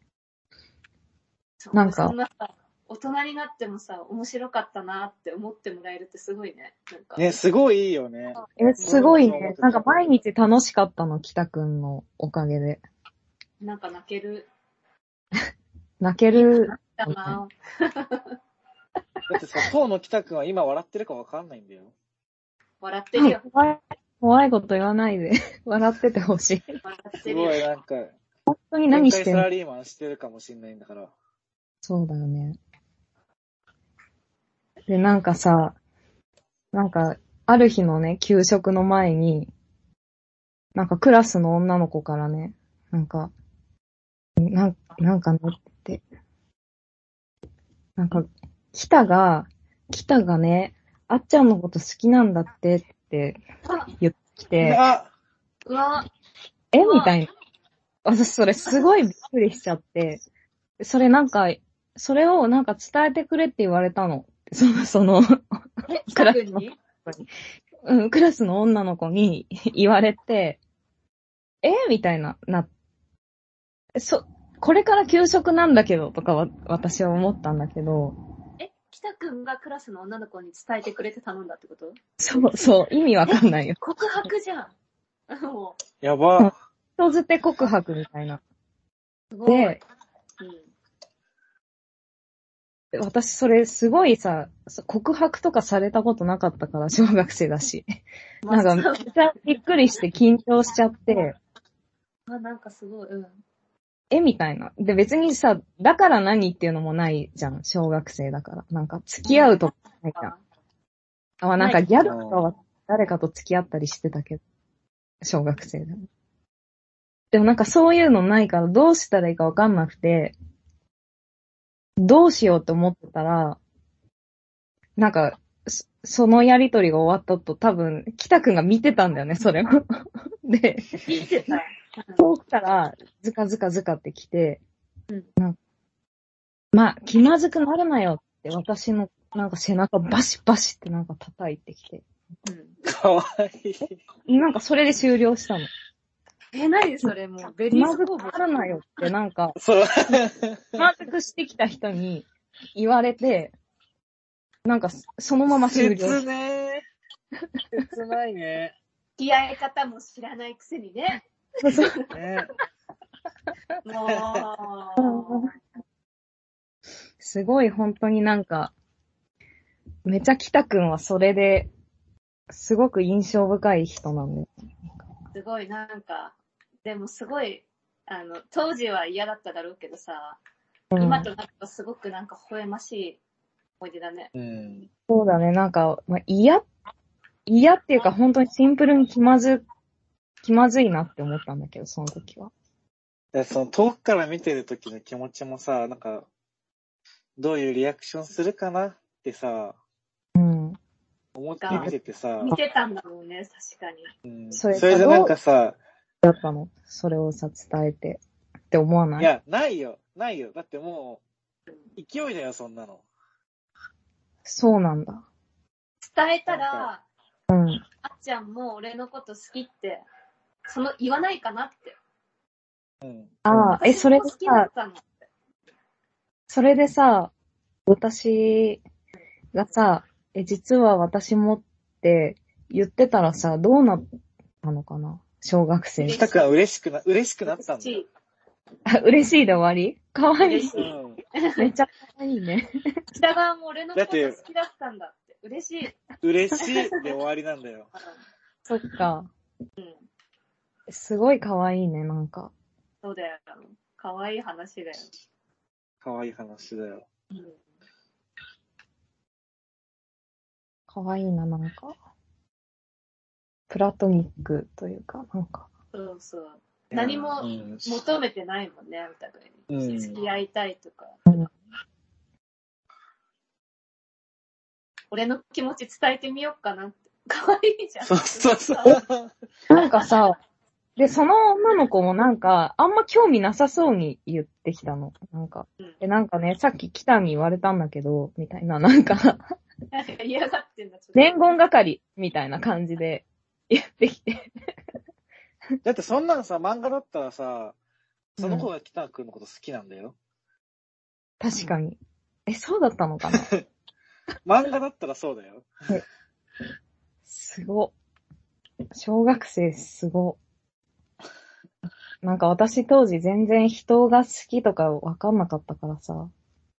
なんか。 大人になってもさ、面白かったなって思ってもらえるってすごいね。なんかね、すごいいいよね。 すごいね。なんか毎日楽しかったの、北くんのおかげで。 なんか泣ける。 泣ける。 だなだってさ、当の北くんは今笑ってるかわかんないんだよ。 笑ってるよ。 怖いこと言わないで。笑っててほしい。 すごいなんか、 本当に何してんの？ サラリーマンしてるかもしんないんだから。 そうだよね。で、なんかさ、なんか、ある日のね、給食の前に、なんかクラスの女の子からね、なんかねって、なんか、北がね、あっちゃんのこと好きなんだって言ってきて、みたいな。私それすごいびっくりしちゃって、それをなんか伝えてくれって言われたの。クラスの子に。クラスの女の子に言われて、みたいな、これから給食なんだけど、とか私は思ったんだけど。 北くんがクラスの女の子に伝えてくれて頼んだってこと？ そう、意味わかんないよ。 告白じゃん。 やば。 人づて告白みたいな。 すごい。 私それすごいさ、告白とかされたことなかったから、小学生だし。なんかめっちゃびっくりして緊張しちゃって、 なんかすごい、 みたいな。で、別にさ、だから何っていうのもないじゃん、小学生だから。なんか付き合うとかないじゃん。なんかギャルとかは誰かと付き合ったりしてたけど、小学生でも。でもなんかそういうのないからどうしたらいいかわかんなくて、どうしようと思ってたら、なんか、そのやりとりが終わった後、多分、北くんが見てたんだよね、それを。で、 見てた。 遠くからズカズカズカって来て、まあ、気まずくなるなよって私のなんか背中バシバシってなんか叩いてきて。 かわいい。 なんかそれで終了したの。 何それもう、ベ気リースコーブまずくなるなよってなんか、 そう。 気まずくしてきた人に言われて、なんかそのまま終了した。 切ねー。切ないね。 付き合い方も知らないくせにね。 ね。 もう。 すごい本当になんか、めちゃ北くんはそれで、すごく印象深い人なんで。 すごいなんか、でもすごい、当時は嫌だっただろうけどさ、今となるとすごくなんか微笑ましい思い出だね。 そうだね、なんか、まあ、嫌っていうか本当にシンプルに気まずいなって思ったんだけど、その時は。 その遠くから見てる時の気持ちもさ、なんか、どういうリアクションするかなってさ、思って見ててさ。 見てたんだろうね、確かに。 それでなんかさ、 だったのそれをさ、伝えて。って思わない？ いや、ないよ。だってもう、勢いだよ、そんなの。 そうなんだ。 伝えたら、あっちゃんも俺のこと好きって、言わないかなって。 それでさ、私がさ、実は私もって言ってたらさ、どうなったのかな小学生。 北くんは嬉しくなったんだよ。 嬉しいで終わり？かわいい。めっちゃかわいいね。 北川も俺のこと好きだったんだって。嬉しい。 嬉しいで終わりなんだよ。 そっか。すごいかわいいね、なんか。 そうだよ。かわいい話だよ。 かわいい話だよ。 かわいいな、なんか。プラトニックというか、なんか。 そうそう。何も求めてないもんね、お互いに。付き合いたいとか。俺の気持ち伝えてみようかなって。かわいいじゃん。 そう。 なんかさ、で、その女の子もなんか、あんま興味なさそうに言ってきたの。なんか、なんかね、さっき北に言われたんだけど、みたいな、なんか嫌がってんだ、 伝言係、みたいな感じで言ってきて。 だってそんなのさ、漫画だったらさ、その子が北くんのこと好きなんだよ。 確かに。そうだったのかな漫画だったらそうだよ。 すご。小学生すご。なんか私当時全然人が好きとかわかんなかったからさ。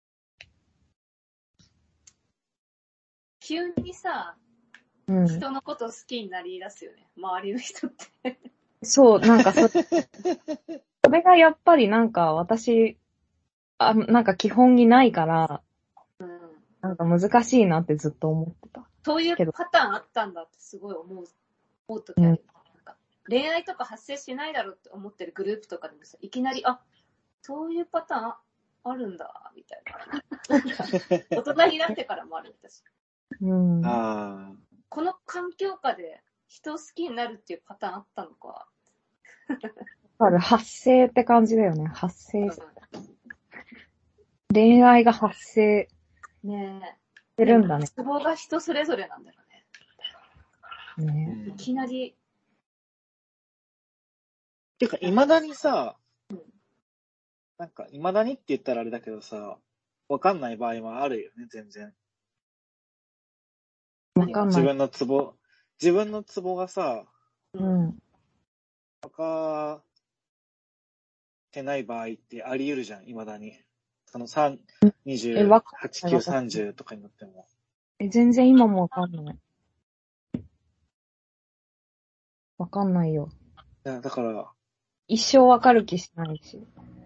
急にさ、人のこと好きになり出すよね。周りの人って。 そう、なんかそれがやっぱりなんか私、なんか基本にないから、なんか難しいなってずっと思ってた。 そういうパターンあったんだってすごい思うときある。なんか恋愛とか発生しないだろうって思ってるグループとかでもさ、いきなり、そういうパターンあるんだ、みたいな。大人になってからもある私。この環境下で人を好きになるっていうパターンあったのか。 発生って感じだよね。発生。恋愛が発生。してるんだね。 ツボが人それぞれなんだよね。 いきなり。 てか、未だにさ、なんか、未だにって言ったらあれだけどさ、わかんない場合もあるよね、全然。 わかんない。 自分のツボがさ、わかってない場合ってあり得るじゃん、未だに。 その3、28、9、30とかになっても。 全然今もわかんない。わかんないよ。 いや、だから。 一生わかる気しないし。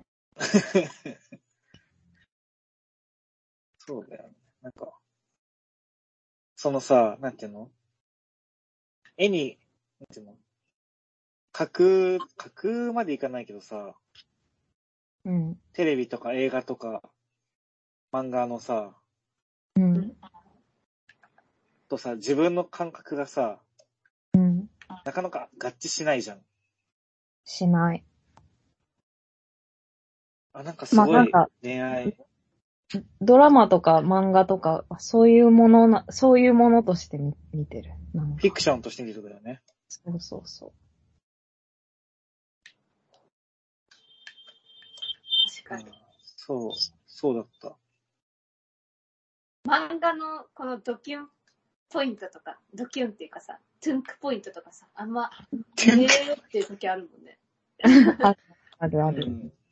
そうだよね。なんか、そのさ、なんていうの？絵に、なんていうの？架空までいかないけどさ、 うん。 テレビとか映画とか、漫画のさ、 うん。 とさ、自分の感覚がさ、 うん。 なかなか合致しないじゃん。 しない。 あ、なんかすごい恋愛。 ドラマとか漫画とか、そういうものとして見てる。なんかフィクションとして見ることだよね。 そうそうそう。 確かに。 そうだった。 漫画のこのドキュンポイントとか、ドキュンっていうかさ、トゥンクポイントとかさ、あんま、っていう時あるもんね。 あるある。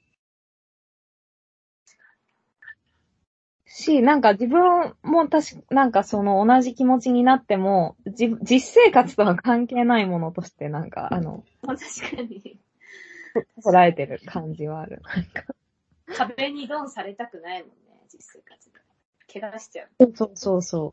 し、なんか自分もなんかその同じ気持ちになっても、実生活とは関係ないものとしてなんか、 確かに。 捉えてる感じはある。 壁にドンされたくないもんね、実生活で。怪我しちゃう。 そうそうそう。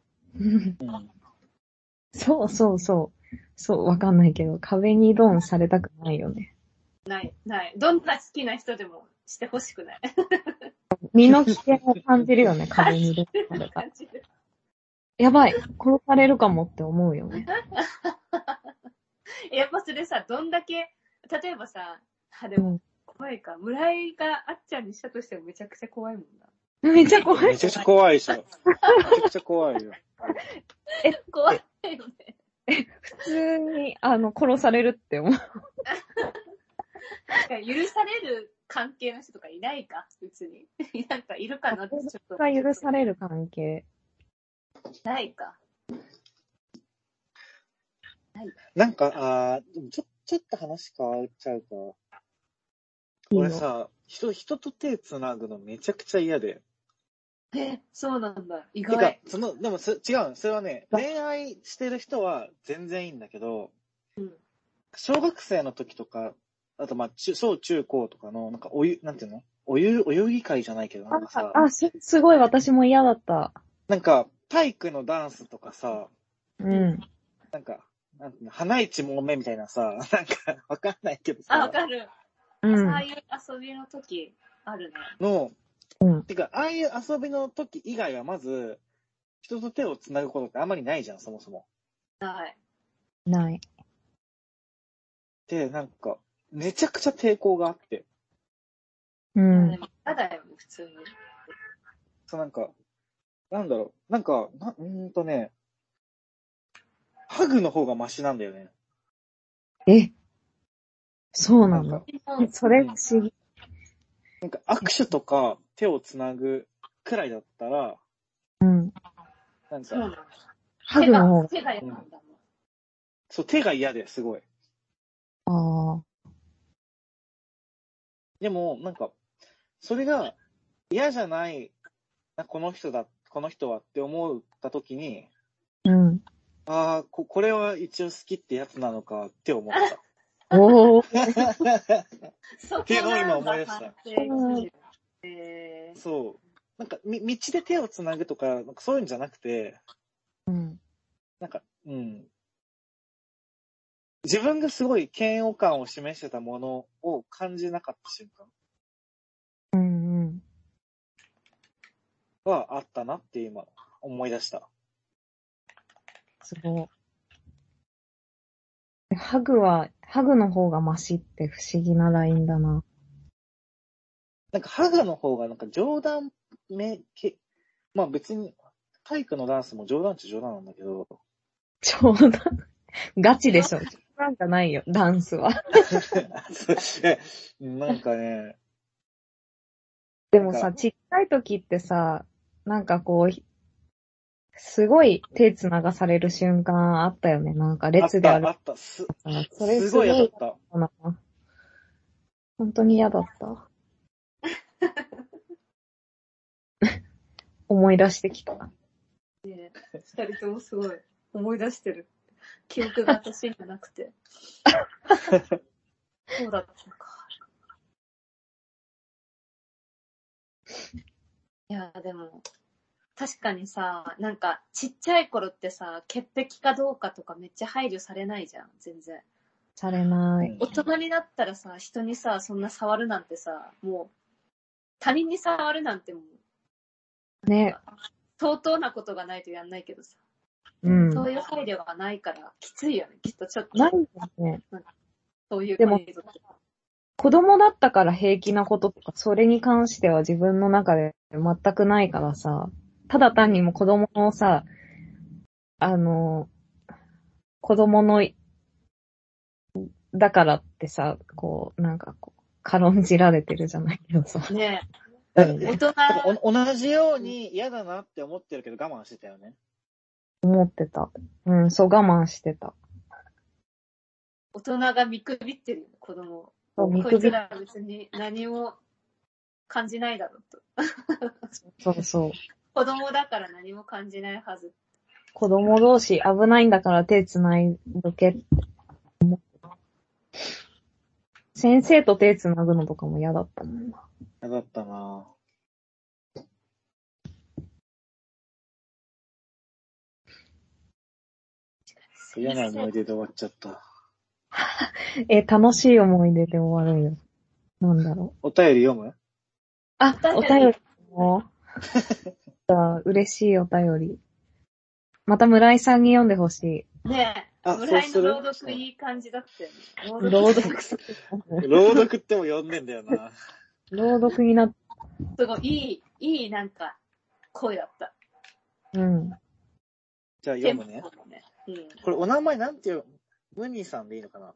そうそうそう。そう、わかんないけど、壁にドンされたくないよね。 ない。どんな好きな人でもしてほしくない。 身の危険を感じるよね、壁にドンされた。やばい、殺されるかもって思うよね。 やっぱそれさ、どんだけ、例えばさ、でも、怖いか。村井があっちゃんにしたとしてもめちゃくちゃ怖いもんな。 めっちゃ怖い。 めちゃくちゃ怖いでしょ。めちゃくちゃ怖いよ。 怖いよね。 普通に、殺されるって思う。 許される関係の人とかいないか別に。なんかいるかなってちょっと。 が許される関係。 ないか。 なんか、ちょっと話変わっちゃうか。俺さ、人と手繋ぐのめちゃくちゃ嫌で。 そうなんだ。意外。 てか、でも違うの。それはね、恋愛してる人は全然いいんだけど、小学生の時とか、あと小中高とかの、なんかなんていうの？泳ぎ会じゃないけど、なんかさ。 すごい私も嫌だった。 なんか、体育のダンスとかさ、なんか、花一問目みたいなさ、なんか、わかんないけどさ。 わかる。そういう遊びの時、あるね。 てか、ああいう遊びの時以外はまず、人と手を繋ぐことってあんまりないじゃん、そもそも。 ない。 で、なんか、めちゃくちゃ抵抗があって。 でも、嫌だよね、普通に。 なんか、なんだろう、なんか、ハグの方がマシなんだよね。 そうなんだ。それ不思議。 なんか握手とか手をつなぐくらいだったら、なんか、 ハグの方が。 手が嫌なんだもん。 そう、手が嫌ですごい。でも、なんか、それが嫌じゃない、この人はって思った時に、これは一応好きってやつなのかって思った。っていうのを今思い出した。そう。なんか、道で手をつなぐとか、なんかそういうんじゃなくて、なんか、自分がすごい嫌悪感を示してたものを感じなかった瞬間はあったなって今思い出した。 すごい。ハグの方がマシって不思議なラインだな。 なんかハグの方がなんか冗談まあ別に体育のダンスも冗談っちゃ冗談なんだけど。 冗談ガチでしょ。冗談じゃないよ、ダンスは。 なんかね。 でもさ、ちっちゃい時ってさ、なんかこう、すごい手繋がされる瞬間あったよね。なんか列であった。 それすごい嫌だった。 本当に嫌だった。 思い出してきた。 ねえ、二人ともすごい思い出してる。記憶が私じゃなくて。そうだったのか。いや、でも、確かにさ、なんか、ちっちゃい頃ってさ、潔癖かどうかとかめっちゃ配慮されないじゃん、全然。 されない。 大人になったらさ、人にさ、そんな触るなんてさ、もう、他人に触るなんてもう、 ね。 相当なことがないとやんないけどさ。 うん。 そういう配慮がないから、きついよね、きっとちょっと。 ないんだね。 そういうでも、子供だったから平気なこととか、それに関しては自分の中で全くないからさ、ただ単にも子供のさ、子供の、だからってさ、こう、なんかこう、軽んじられてるじゃないけどさ。 ねえ。 大人、 同じように嫌だなって思ってるけど我慢してたよね。 思ってた。うん、そう我慢してた。 大人が見くびってるよ、子供。 そう見こいつらは別に何も感じないだろうと。 そうそう。 子供だから何も感じないはず。 子供同士危ないんだから手繋いどけって思ってた。先生と手繋ぐのとかも嫌だったもんな。 嫌だったなぁ。嫌な思い出で終わっちゃった。 楽しい思い出で終わるよ。なんだろう。 お便り読む？ あ、お便りもじゃあ、嬉しいお便り。また村井さんに読んでほしい。 ねえ、村井の朗読いい感じだったよね。 朗読朗読っても読んでんだよな。 朗読になっすごいいいなんか、声だった。 うん。 じゃあ読むね。 うん、 これお名前なんていう、ムニさんでいいのかな？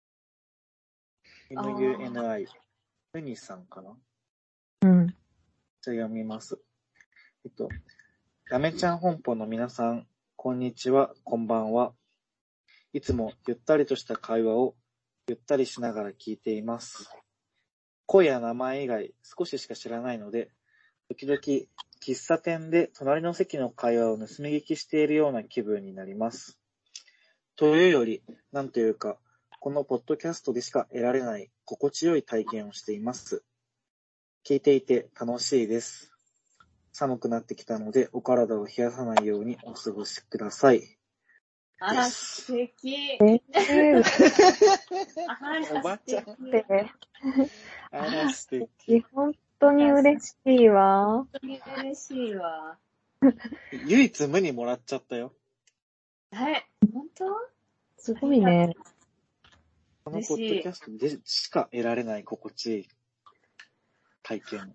MUNI。ムニさんかな？ うん。 じゃあ読みます。やめちゃん本舗の皆さん、こんにちは、こんばんは。いつもゆったりとした会話をゆったりしながら聞いています。声や名前以外少ししか知らないので、時々喫茶店で隣の席の会話を盗み聞きしているような気分になります。というより、なんというか、このポッドキャストでしか得られない心地よい体験をしています。聞いていて楽しいです。寒くなってきたので、お体を冷やさないようにお過ごしください。 あら、素敵。 おばちゃん。あら、素敵。 本当に嬉しいわ。 本当に嬉しいわ。 唯一無にもらっちゃったよ。 本当？ すごいね。 このポッドキャストでしか得られない心地いい体験。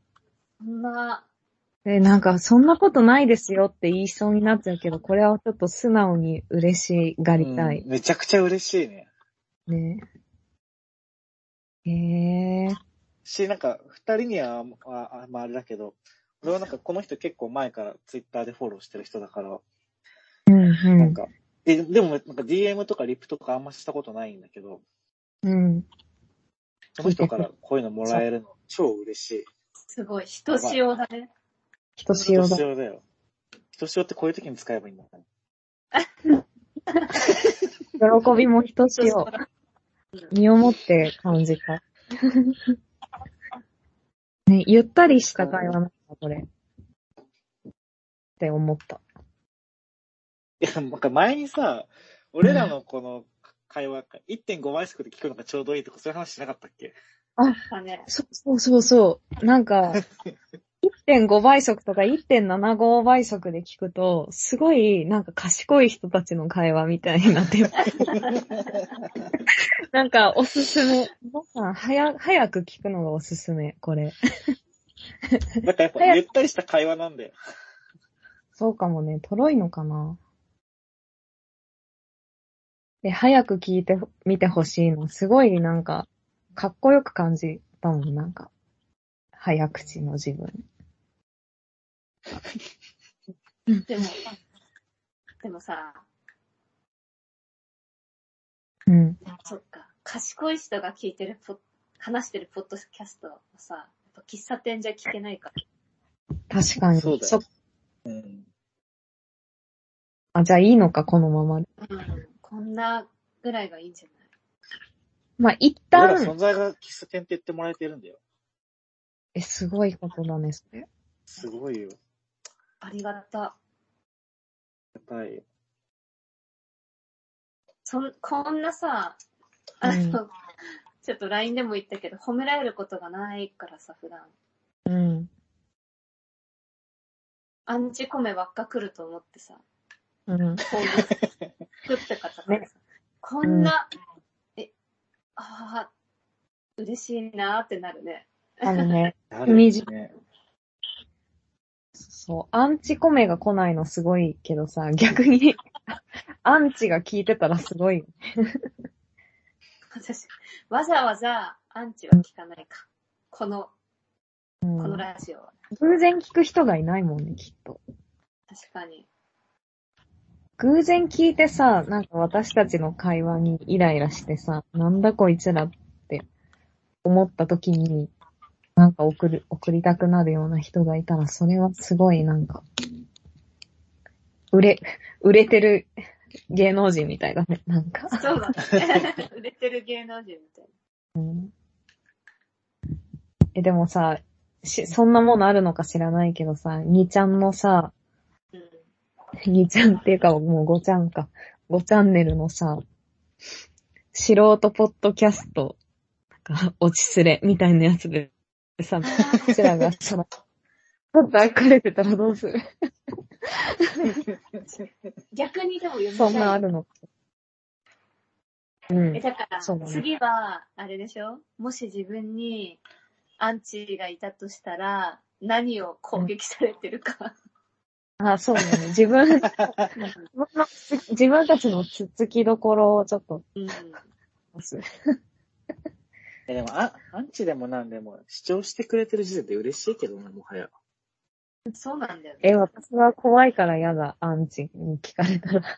なんか、そんなことないですよって言いそうになっちゃうけど、これはちょっと素直に嬉しがりたい。 めちゃくちゃ嬉しいね。 ねなんか、二人には、あれだけど、俺はなんかこの人結構前からツイッターでフォローしてる人だから、なんか、でもなんか DM とかリプとかあんましたことないんだけど、 うん。 その人からこういうのもらえるの超嬉しい。 すごい、ひとしおだね。 ひとしおだ。 ひとしおだよ。ひとしおってこういう時に使えばいいんだね。 喜びもひとしお。身をもって感じた。ね、ゆったりした会話なんだ、これ。って思った。 いや、なんか前にさ、俺らのこの会話、1.5 倍速で聞くのがちょうどいいとかそういう話しなかったっけ？ そう。なんか、1.5 倍速とか 1.75 倍速で聞くと、すごい、なんか賢い人たちの会話みたいになってる。なんか、おすすめ。皆さん、早く聞くのがおすすめ、これ。 なんかやっぱ、ゆったりした会話なんだよ。 そうかもね、とろいのかな。で、早く聞いてみてほしいの。すごい、なんか、かっこよく感じたもん、なんか。早口の自分。 でもさ、 うん。 そっか。賢い人が聞いてる話してるポッドキャストはさ、やっぱ喫茶店じゃ聞けないから。 確かに。 そうだよ。うん。 あ、じゃあいいのか、このままで。 うん。こんなぐらいがいいんじゃない？ まあ、一俺ら旦、 存在が喫茶店って言ってもらえてるんだよ。 すごいことだね、それ。 すごいよ。 ありがた。 ありがたいよ。 こんなさ、ちょっと LINE でも言ったけど、褒められることがないからさ、普段。 うん。 アンチコメばっか来ると思ってさ、 うん。 こういう作った方からさ、こんな、嬉しいなーってなるね。 ね、 あるね。 そう、アンチコメが来ないのすごいけどさ、逆に、アンチが聞いてたらすごい。 私、わざわざアンチは聞かないか。このラジオは。 偶然聞く人がいないもんね、きっと。 確かに。 偶然聞いてさ、なんか私たちの会話にイライラしてさ、なんだこいつらって思った時に、なんか送りたくなるような人がいたら、それはすごいなんか、売れてる芸能人みたいだね、なんか。 そうだね。売れてる芸能人みたいな。 うん、でもさ、そんなものあるのか知らないけどさ、2ちゃんのさ、2ちゃんっていうかもう5ちゃんか。5チャンネルのさ、素人ポッドキャスト、落ちすれみたいなやつでさ、こちらがさ、ちょっと書かれてたらどうする？ 逆にでも読みたい。 そんなあるのか。うん。 だから、 そうだね、 次は、あれでしょ？もし自分にアンチがいたとしたら、何を攻撃されてるか。 あ、そうだね。自分たちのつつきどころをちょっと、 でもアンチでもなんでも主張してくれてる時点で嬉しいけどな、もはや。 そうなんだよね。 私は怖いから嫌だ、アンチに聞かれたら。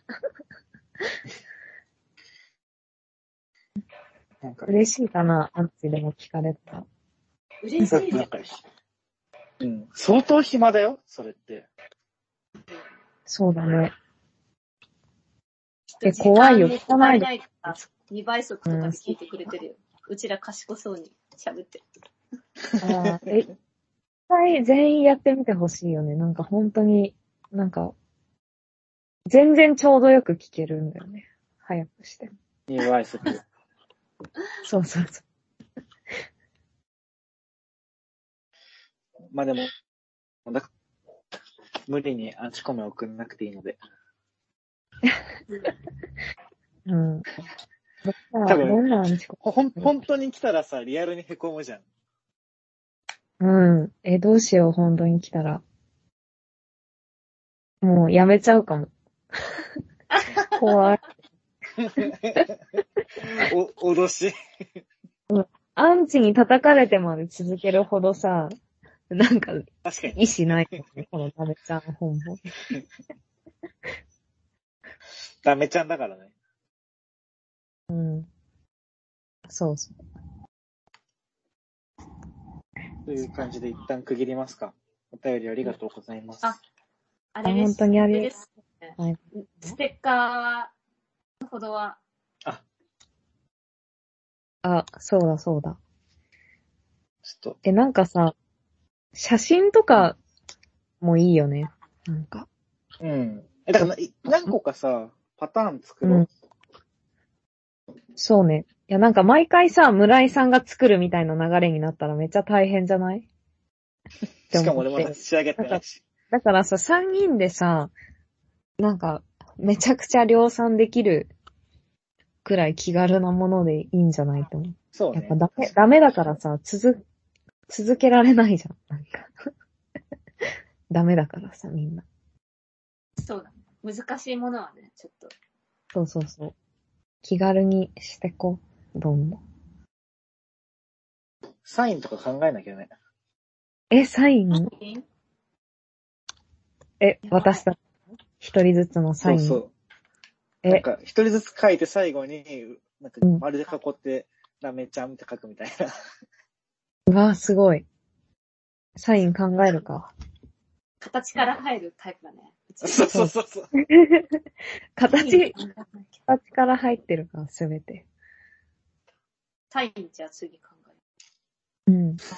なんか嬉しいかな、アンチでも聞かれたら。 嬉しいね。 うん。相当暇だよ、それって。 そうだね。怖いよ、聞かないで。 2倍速とかで聞いてくれてるよ。うちら賢そうに喋ってる。 一回全員やってみてほしいよね。なんか本当に、なんか、全然ちょうどよく聞けるんだよね。早くしても。 2倍速。 そうそうそう。 まあでも、無理にアンチコメ送んなくていいので。 うん。 多分、本当に来たらさ、リアルに凹むじゃん。 うん。どうしよう、本当に来たら。もうやめちゃうかも。怖い。 脅し。 アンチに叩かれてまで続けるほどさ、なんか、意志ないもんね、このダメちゃん本も。 ダメちゃんだからね。 うん。そうそう。 という感じで一旦区切りますか。お便りありがとうございます。 あれです。 本当にありがとう。 はい、ステッカーほどは。 そうだそうだ。 ちょっと。なんかさ、写真とかもいいよね。なんか。 うん。だから何個かさ、パターン作ろう。 そうね。いやなんか毎回さ、村井さんが作るみたいな流れになったらめっちゃ大変じゃない？ しかも俺ま仕上げてないし。 だからさ、3人でさ、なんか、めちゃくちゃ量産できるくらい気軽なものでいいんじゃないと思う。 そうね。 やっぱダメだからさ、続けられないじゃん。なんかダメだからさ、みんな。 そうだ。難しいものはね、ちょっと。 そうそうそう。気軽にしてこう。どんどん。 サインとか考えなきゃね。 サイン？私たち一人ずつのサイン。 そう。なんか、一人ずつ書いて最後に、なんか、丸で囲って、ダメちゃんって書くみたいな。 うわ、すごい。サイン考えるか。 形から入るタイプだね。 そうそうそうそう。 形から入ってるから、すべて。 タイにじゃあ次考える。 うん。ちょ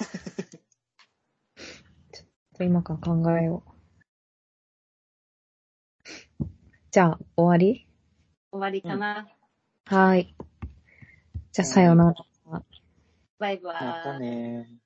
っと今から考えよう。じゃあ、終わり？ 終わりかな。 はーい。じゃあ、さよなら。 バイバーイ。 またねー。